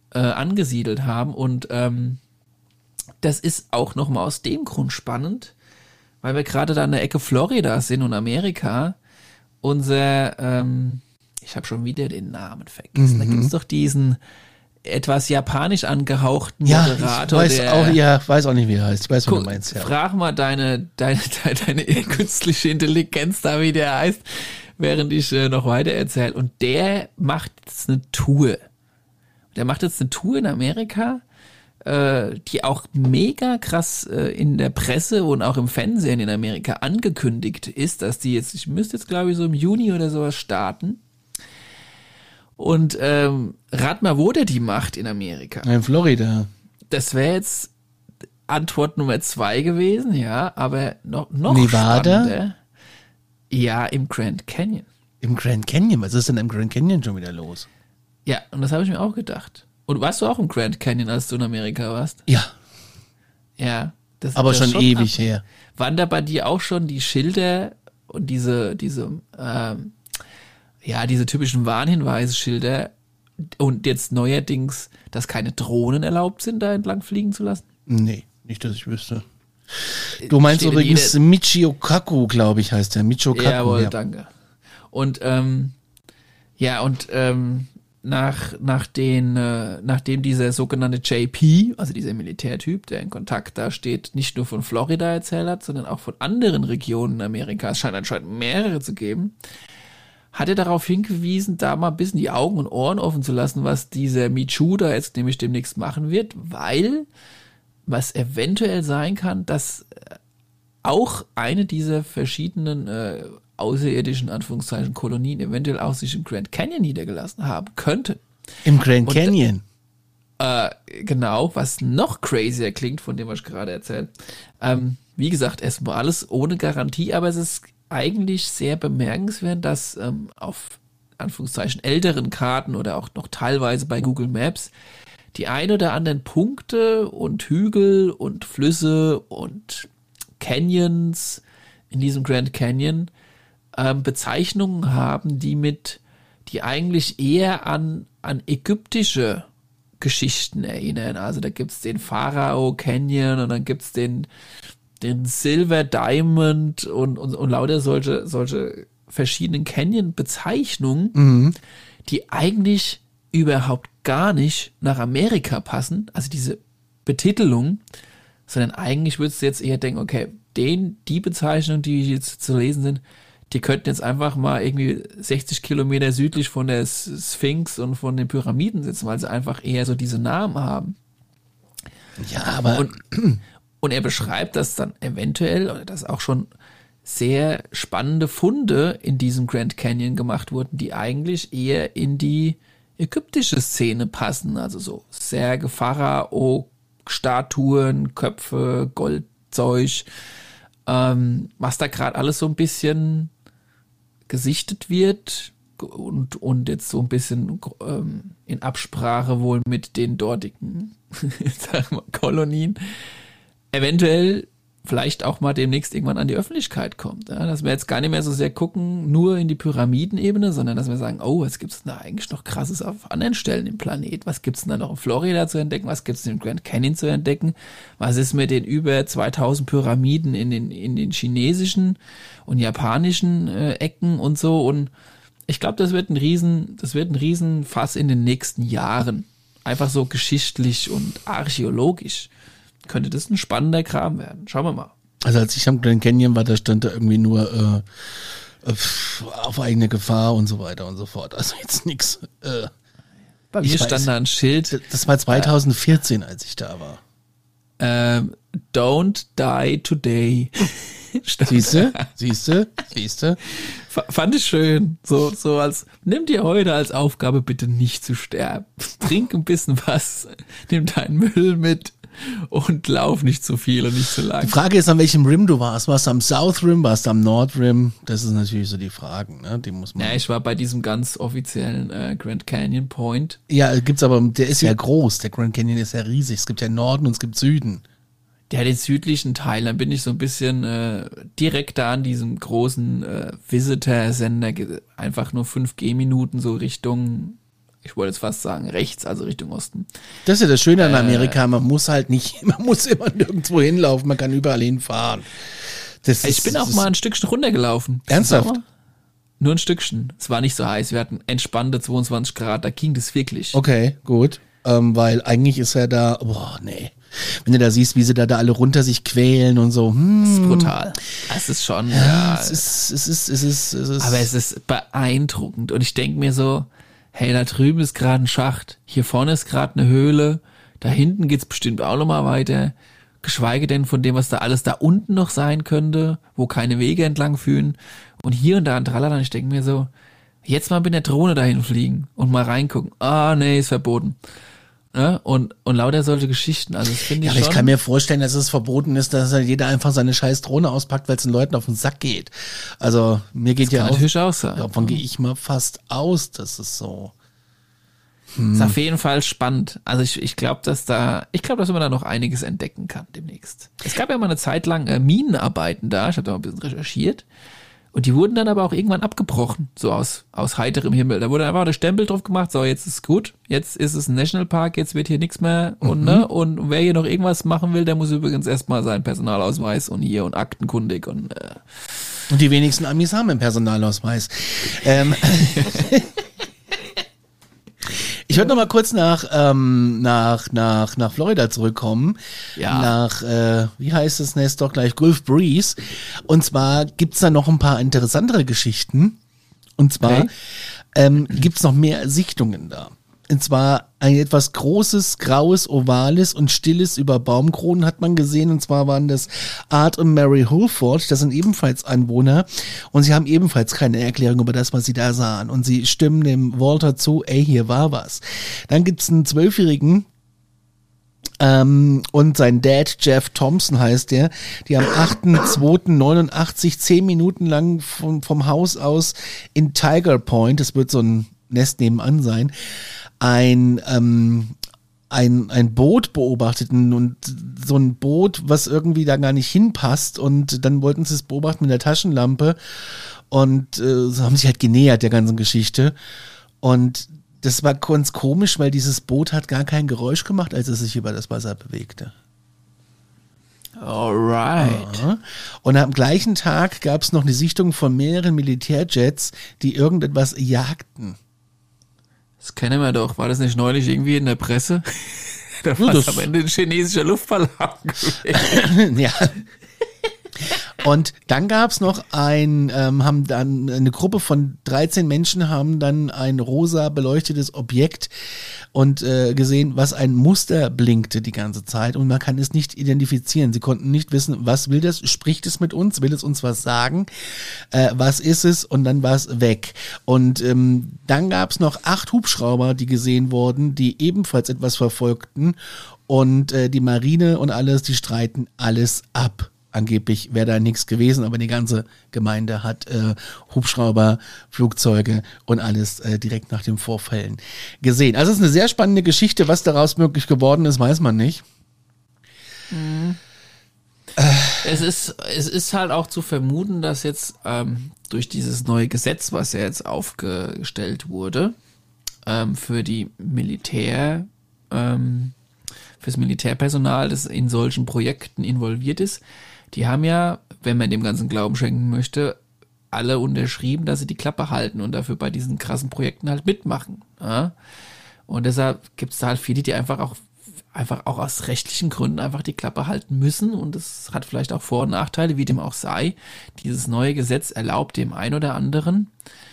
äh, angesiedelt haben. Und ähm, das ist auch nochmal aus dem Grund spannend, weil wir gerade da in der Ecke Florida sind und Amerika. Unser, ähm, ich habe schon wieder den Namen vergessen, mhm. da gibt es doch diesen etwas japanisch angehauchten Moderator. Ja, ich weiß der, auch, ja, weiß auch nicht, wie er heißt. Ich weiß, was du meinst. Ja. Frag mal deine, deine, deine, deine künstliche Intelligenz da, wie der heißt, während ich äh, noch weiter erzähle. Und der macht jetzt eine Tour. Der macht jetzt eine Tour in Amerika, äh, die auch mega krass äh, in der Presse und auch im Fernsehen in Amerika angekündigt ist, dass die jetzt, ich müsste jetzt glaube ich so im Juni oder sowas starten. Und ähm, rat mal, wo der die macht in Amerika. In Florida. Das wäre jetzt Antwort Nummer zwei gewesen, ja, aber noch, noch Nevada? spannender. Ja, im Grand Canyon. Im Grand Canyon? Was ist denn im Grand Canyon schon wieder los? Ja, und das habe ich mir auch gedacht. Und warst du auch im Grand Canyon, als du in Amerika warst? Ja. Ja. Das Aber ist ja schon, schon ewig ab. her. Waren da bei dir auch schon die Schilder und diese, diese, ähm, ja, diese typischen Warnhinweisschilder und jetzt neuerdings, dass keine Drohnen erlaubt sind, da entlang fliegen zu lassen? Nee, nicht, dass ich wüsste. Du meinst Steht übrigens Michiokaku, glaube ich, heißt der. Michiokaku. Jawohl, ja. danke. Und, ähm, ja, und, ähm, nach, nach den, äh, nachdem dieser sogenannte J P, also dieser Militärtyp, der in Kontakt da steht, nicht nur von Florida erzählt hat, sondern auch von anderen Regionen Amerikas, es scheint anscheinend mehrere zu geben, hat er darauf hingewiesen, da mal ein bisschen die Augen und Ohren offen zu lassen, was dieser Michu da jetzt nämlich demnächst machen wird, weil was eventuell sein kann, dass auch eine dieser verschiedenen äh, außerirdischen Anführungszeichen Kolonien eventuell auch sich im Grand Canyon niedergelassen haben könnte. Im Grand Und, Canyon? Äh, genau, was noch crazier klingt, von dem, was ich gerade erzähle. Ähm, wie gesagt, erstmal alles ohne Garantie, aber es ist eigentlich sehr bemerkenswert, dass ähm, auf Anführungszeichen älteren Karten oder auch noch teilweise bei Google Maps die ein oder anderen Punkte und Hügel und Flüsse und Canyons in diesem Grand Canyon ähm, Bezeichnungen haben, die mit, die eigentlich eher an, an ägyptische Geschichten erinnern. Also da gibt's den Pharao Canyon und dann gibt's den den Silver Diamond und, und, und lauter solche, solche verschiedenen Canyon-Bezeichnungen, mhm. die eigentlich überhaupt gar nicht nach Amerika passen, also diese Betitelung, sondern eigentlich würdest du jetzt eher denken, okay, den, die Bezeichnungen, die jetzt zu lesen sind, die könnten jetzt einfach mal irgendwie sechzig Kilometer südlich von der Sphinx und von den Pyramiden sitzen, weil sie einfach eher so diese Namen haben. Ja, aber... Und, Und er beschreibt, dass dann eventuell, oder dass auch schon sehr spannende Funde in diesem Grand Canyon gemacht wurden, die eigentlich eher in die ägyptische Szene passen. Also so Särge, Pharao, Statuen, Köpfe, Goldzeug, ähm, was da gerade alles so ein bisschen gesichtet wird und, und jetzt so ein bisschen ähm, in Absprache wohl mit den dortigen sagen wir, Kolonien eventuell vielleicht auch mal demnächst irgendwann an die Öffentlichkeit kommt. Ja, dass wir jetzt gar nicht mehr so sehr gucken, nur in die Pyramidenebene, sondern dass wir sagen, oh, was gibt's denn da eigentlich noch Krasses auf anderen Stellen im Planet? Was gibt's denn da noch in Florida zu entdecken? Was gibt's denn im Grand Canyon zu entdecken? Was ist mit den über zweitausend Pyramiden in den, in den chinesischen und japanischen äh, Ecken und so? Und ich glaube, das wird ein riesen, das wird ein riesen Fass in den nächsten Jahren. Einfach so geschichtlich und archäologisch. Könnte das ein spannender Kram werden. Schauen wir mal. Also als ich am Grand Canyon war, da stand da irgendwie nur äh, auf eigene Gefahr und so weiter und so fort. Also jetzt nichts. Äh, Bei mir stand weiß, da ein Schild. Das war zwanzig vierzehn, äh, als ich da war. Ähm, Don't die today. Siehste, siehste, siehste. Fand ich schön. So, so als, nimm dir heute als Aufgabe bitte nicht zu sterben. Trink ein bisschen was, nimm deinen Müll mit. Und lauf nicht zu viel und nicht zu lang. Die Frage ist, an welchem Rim du warst. Warst du am South Rim, warst du am Nord Rim? Das ist natürlich so die Fragen, ne? Die muss man. Ja, ich war bei diesem ganz offiziellen äh, Grand Canyon Point. Ja, gibt's aber, der ist ja groß. Der Grand Canyon ist ja riesig. Es gibt ja Norden und es gibt Süden. Ja, den südlichen Teil, dann bin ich so ein bisschen äh, direkt da an diesem großen äh, Visitor-Sender, einfach nur fünf G-Minuten so Richtung, ich wollte jetzt fast sagen rechts, also Richtung Osten. Das ist ja das Schöne an Amerika, man muss halt nicht, man muss immer nirgendwo hinlaufen, man kann überall hinfahren. Das ich ist, bin auch ist, mal ein Stückchen runtergelaufen. Ernsthaft? Nur ein Stückchen. Es war nicht so heiß, wir hatten entspannte zweiundzwanzig Grad, da ging das wirklich. Okay, gut, ähm, weil eigentlich ist ja da, boah, nee. Wenn du da siehst, wie sie da, da alle runter sich quälen und so. Hm. Das ist brutal. Es ist schon, ja. ja. Es ist, es ist, es ist, es ist. Aber es ist beeindruckend. Und ich denke mir so, hey, da drüben ist gerade ein Schacht, hier vorne ist gerade eine Höhle, da hinten geht's bestimmt auch nochmal weiter. Geschweige denn von dem, was da alles da unten noch sein könnte, wo keine Wege entlang führen. Und hier und da ein Tralala. Und ich denke mir so, jetzt mal mit der Drohne dahin fliegen und mal reingucken. Ah, nee, ist verboten. Ja, und, und lauter solche Geschichten, also das finde ich ja, aber schon. Ich kann mir vorstellen, dass es verboten ist, dass jeder einfach seine scheiß Drohne auspackt, weil es den Leuten auf den Sack geht. Also mir geht das ja kann auch, natürlich auch sein. Davon gehe ich mal fast aus, dass es so. Hm. Ist auf jeden Fall spannend. Also ich, ich glaube, dass da, ich glaube, dass man da noch einiges entdecken kann demnächst. Es gab ja mal eine Zeit lang äh, Minenarbeiten da, ich habe da mal ein bisschen recherchiert. Und die wurden dann aber auch irgendwann abgebrochen, so aus, aus heiterem Himmel. Da wurde einfach der Stempel drauf gemacht, so jetzt ist gut, jetzt ist es ein Nationalpark, jetzt wird hier nichts mehr und mhm. ne, und wer hier noch irgendwas machen will, der muss übrigens erstmal seinen Personalausweis und hier und aktenkundig und äh. Und die wenigsten Amis haben einen Personalausweis. ähm. Ich würde noch mal kurz nach ähm, nach nach nach Florida zurückkommen, ja. nach äh, wie heißt das Nest doch gleich Gulf Breeze. Und zwar gibt's da noch ein paar interessantere Geschichten. Und zwar okay. ähm, gibt's noch mehr Sichtungen da. Und zwar ein etwas großes, graues, ovales und stilles über Baumkronen hat man gesehen. Und zwar waren das Art und Mary Hulford. Das sind ebenfalls Anwohner. Und sie haben ebenfalls keine Erklärung über das, was sie da sahen. Und sie stimmen dem Walter zu, ey, hier war was. Dann gibt's einen Zwölfjährigen, ähm, und sein Dad, Jeff Thompson heißt der, die am achter zweiter neunundachtzig zehn Minuten lang vom, vom Haus aus in Tiger Point, das wird so ein Nest nebenan sein, ein ähm, ein ein Boot beobachteten und so ein Boot, was irgendwie da gar nicht hinpasst und dann wollten sie es beobachten mit der Taschenlampe und äh, so haben sich halt genähert der ganzen Geschichte und das war ganz komisch, weil dieses Boot hat gar kein Geräusch gemacht, als es sich über das Wasser bewegte. Alright. Ja. Und am gleichen Tag gab es noch eine Sichtung von mehreren Militärjets, die irgendetwas jagten. Das kennen wir doch. War das nicht neulich irgendwie in der Presse? Da war es am Ende ein chinesischer Luftballon gewesen. Ja. Und dann gab's noch ein, ähm, haben dann eine Gruppe von dreizehn Menschen haben dann ein rosa beleuchtetes Objekt und äh, gesehen, was ein Muster blinkte die ganze Zeit und man kann es nicht identifizieren. Sie konnten nicht wissen, was will das, spricht es mit uns, will es uns was sagen, äh, was ist es und dann war es weg. Und ähm, dann gab's noch acht Hubschrauber, die gesehen wurden, die ebenfalls etwas verfolgten und äh, die Marine und alles, die streiten alles ab. Angeblich wäre da nichts gewesen, aber die ganze Gemeinde hat äh, Hubschrauber, Flugzeuge und alles äh, direkt nach den Vorfällen gesehen. Also es ist eine sehr spannende Geschichte. Was daraus möglich geworden ist, weiß man nicht. Mhm. Äh. Es ist, es ist halt auch zu vermuten, dass jetzt ähm, durch dieses neue Gesetz, was ja jetzt aufgestellt wurde, ähm, für die Militär, ähm, fürs Militärpersonal, das in solchen Projekten involviert ist, die haben ja, wenn man dem Ganzen Glauben schenken möchte, alle unterschrieben, dass sie die Klappe halten und dafür bei diesen krassen Projekten halt mitmachen. Ja? Und deshalb gibt es da halt viele, die einfach auch einfach auch aus rechtlichen Gründen einfach die Klappe halten müssen und das hat vielleicht auch Vor- und Nachteile, wie dem auch sei. Dieses neue Gesetz erlaubt dem ein oder anderen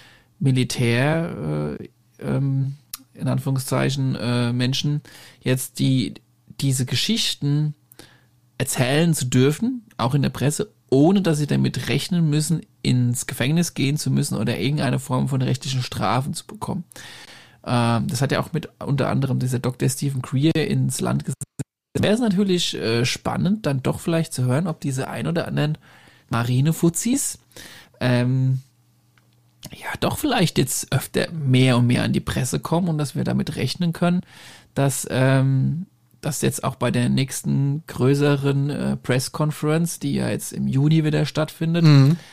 Militär, äh, ähm, in Anführungszeichen, äh, Menschen jetzt die diese Geschichten erzählen zu dürfen, auch in der Presse, ohne dass sie damit rechnen müssen, ins Gefängnis gehen zu müssen oder irgendeine Form von rechtlichen Strafen zu bekommen. Ähm, das hat ja auch mit unter anderem dieser Doktor Stephen Greer ins Land gesetzt. Wäre es natürlich äh, spannend, dann doch vielleicht zu hören, ob diese ein oder anderen Marinefuzis ähm, ja doch vielleicht jetzt öfter mehr und mehr an die Presse kommen und dass wir damit rechnen können, dass ähm, dass jetzt auch bei der nächsten größeren äh, Press Conference, die ja jetzt im Juni wieder stattfindet, mhm.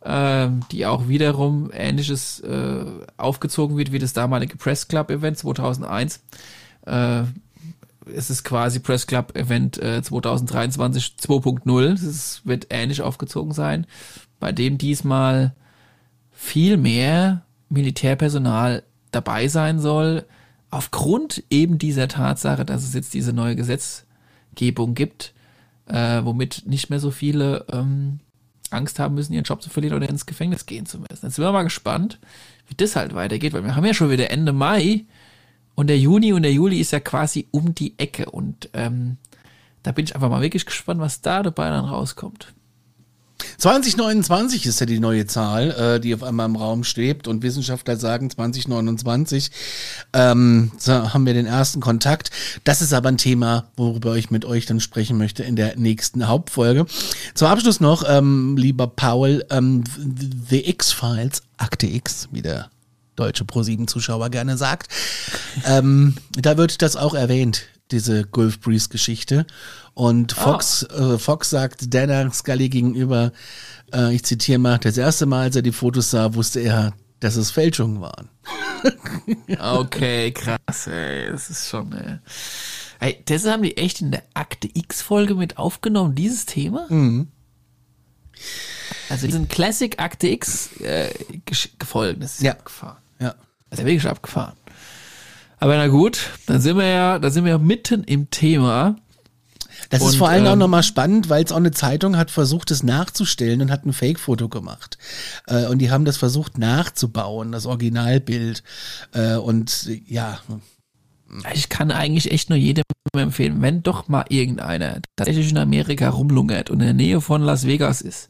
äh, die auch wiederum Ähnliches äh, aufgezogen wird wie das damalige Press Club Event zweitausendeins. Äh, es ist quasi Press Club Event äh, zweitausenddreiundzwanzig zwei Punkt null. Es wird ähnlich aufgezogen sein, bei dem diesmal viel mehr Militärpersonal dabei sein soll, aufgrund eben dieser Tatsache, dass es jetzt diese neue Gesetzgebung gibt, äh, womit nicht mehr so viele ähm, Angst haben müssen, ihren Job zu verlieren oder ins Gefängnis gehen zu müssen. Jetzt sind wir mal gespannt, wie das halt weitergeht, weil wir haben ja schon wieder Ende Mai und der Juni und der Juli ist ja quasi um die Ecke und ähm, da bin ich einfach mal wirklich gespannt, was da dabei dann rauskommt. zwanzig neunundzwanzig ist ja die neue Zahl, äh, die auf einmal im Raum schwebt und Wissenschaftler sagen zwanzig neunundzwanzig ähm, so haben wir den ersten Kontakt. Das ist aber ein Thema, worüber ich mit euch dann sprechen möchte in der nächsten Hauptfolge. Zum Abschluss noch, ähm, lieber Paul, ähm, The X-Files, Akte X, wie der deutsche Pro sieben Zuschauer gerne sagt. ähm, da wird das auch erwähnt, diese Gulf Breeze Geschichte. Und Fox, oh. äh, Fox sagt Dana Scully gegenüber, äh, ich zitiere mal, das erste Mal, als er die Fotos sah, wusste er, dass es Fälschungen waren. Okay, krass, ey, das ist schon, ey. Ey, das haben die echt in der Akte X-Folge mit aufgenommen, dieses Thema? Mhm. Also diesen Classic Akte X äh, gefolgt, das ist ja abgefahren. Ja. Das ist ja wirklich abgefahren. Aber na gut, dann sind wir ja, da sind wir ja mitten im Thema. Das und, ist vor allem ähm, auch nochmal spannend, weil es auch eine Zeitung hat versucht, es nachzustellen und hat ein Fake-Foto gemacht. Äh, und die haben das versucht nachzubauen, das Originalbild. Äh, und ja. Ich kann eigentlich echt nur jedem empfehlen, wenn doch mal irgendeiner tatsächlich in Amerika rumlungert und in der Nähe von Las Vegas ist.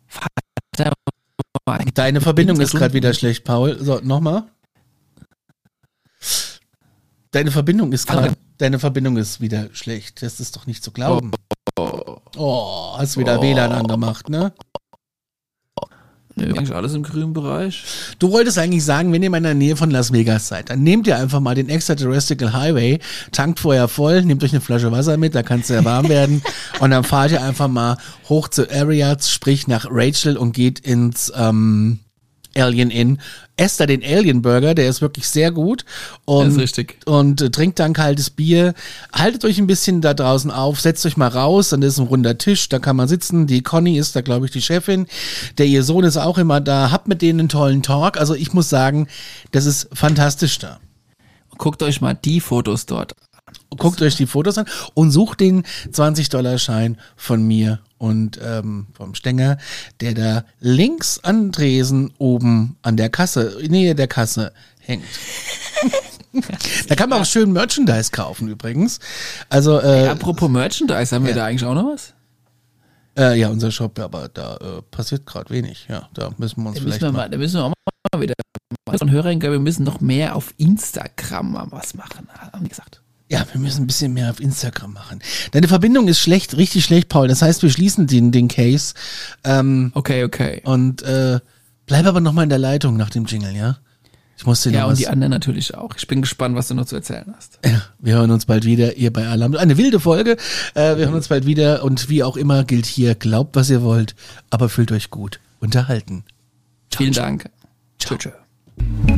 Deine Verbindung ist gerade wieder schlecht, Paul. So, nochmal. Deine Verbindung ist gerade, deine Verbindung ist wieder schlecht. Das ist doch nicht zu glauben. Oh, hast wieder oh. W L A N angemacht, ne? Nö, eigentlich alles im grünen Bereich. Du wolltest eigentlich sagen, wenn ihr mal in der Nähe von Las Vegas seid, dann nehmt ihr einfach mal den Extraterrestrial Highway, tankt vorher voll, nehmt euch eine Flasche Wasser mit, da kann es ja warm werden und dann fahrt ihr einfach mal hoch zu Ariats, sprich nach Rachel und geht ins ähm, Alien Inn. Esst da den Alien Burger, der ist wirklich sehr gut. Und, das ist richtig. Und äh, trinkt dann kaltes Bier. Haltet euch ein bisschen da draußen auf, setzt euch mal raus, dann ist ein runder Tisch, da kann man sitzen. Die Conny ist da, glaube ich, die Chefin. Der ihr Sohn ist auch immer da. Habt mit denen einen tollen Talk. Also ich muss sagen, das ist fantastisch da. Guckt euch mal die Fotos dort an. Guckt euch die Fotos an und sucht den zwanzig-Dollar-Schein von mir und ähm, vom Stenger, der da links an Tresen oben an der Kasse, Nähe der Kasse hängt. Da kann man auch schön Merchandise kaufen übrigens. Also äh, hey, apropos Merchandise, haben wir ja. da eigentlich auch noch was? Äh, ja, unser Shop, aber da äh, passiert gerade wenig. Ja, da müssen wir uns da vielleicht müssen wir mal, mal, da müssen wir auch mal wieder von Hörern, wir müssen noch mehr auf Instagram mal was machen, haben die gesagt. Ja, wir müssen ein bisschen mehr auf Instagram machen. Deine Verbindung ist schlecht, richtig schlecht, Paul. Das heißt, wir schließen den, den Case. Ähm, okay, okay. Und äh, bleib aber nochmal in der Leitung nach dem Jingle, ja? Ich muss dir ja, noch und was... die anderen natürlich auch. Ich bin gespannt, was du noch zu erzählen hast. Ja, wir hören uns bald wieder, ihr bei Alarm. Eine wilde Folge. Äh, wir hören uns bald wieder und wie auch immer gilt hier, glaubt, was ihr wollt, aber fühlt euch gut unterhalten. Ciao, Vielen ciao. Dank. Ciao. Ciao.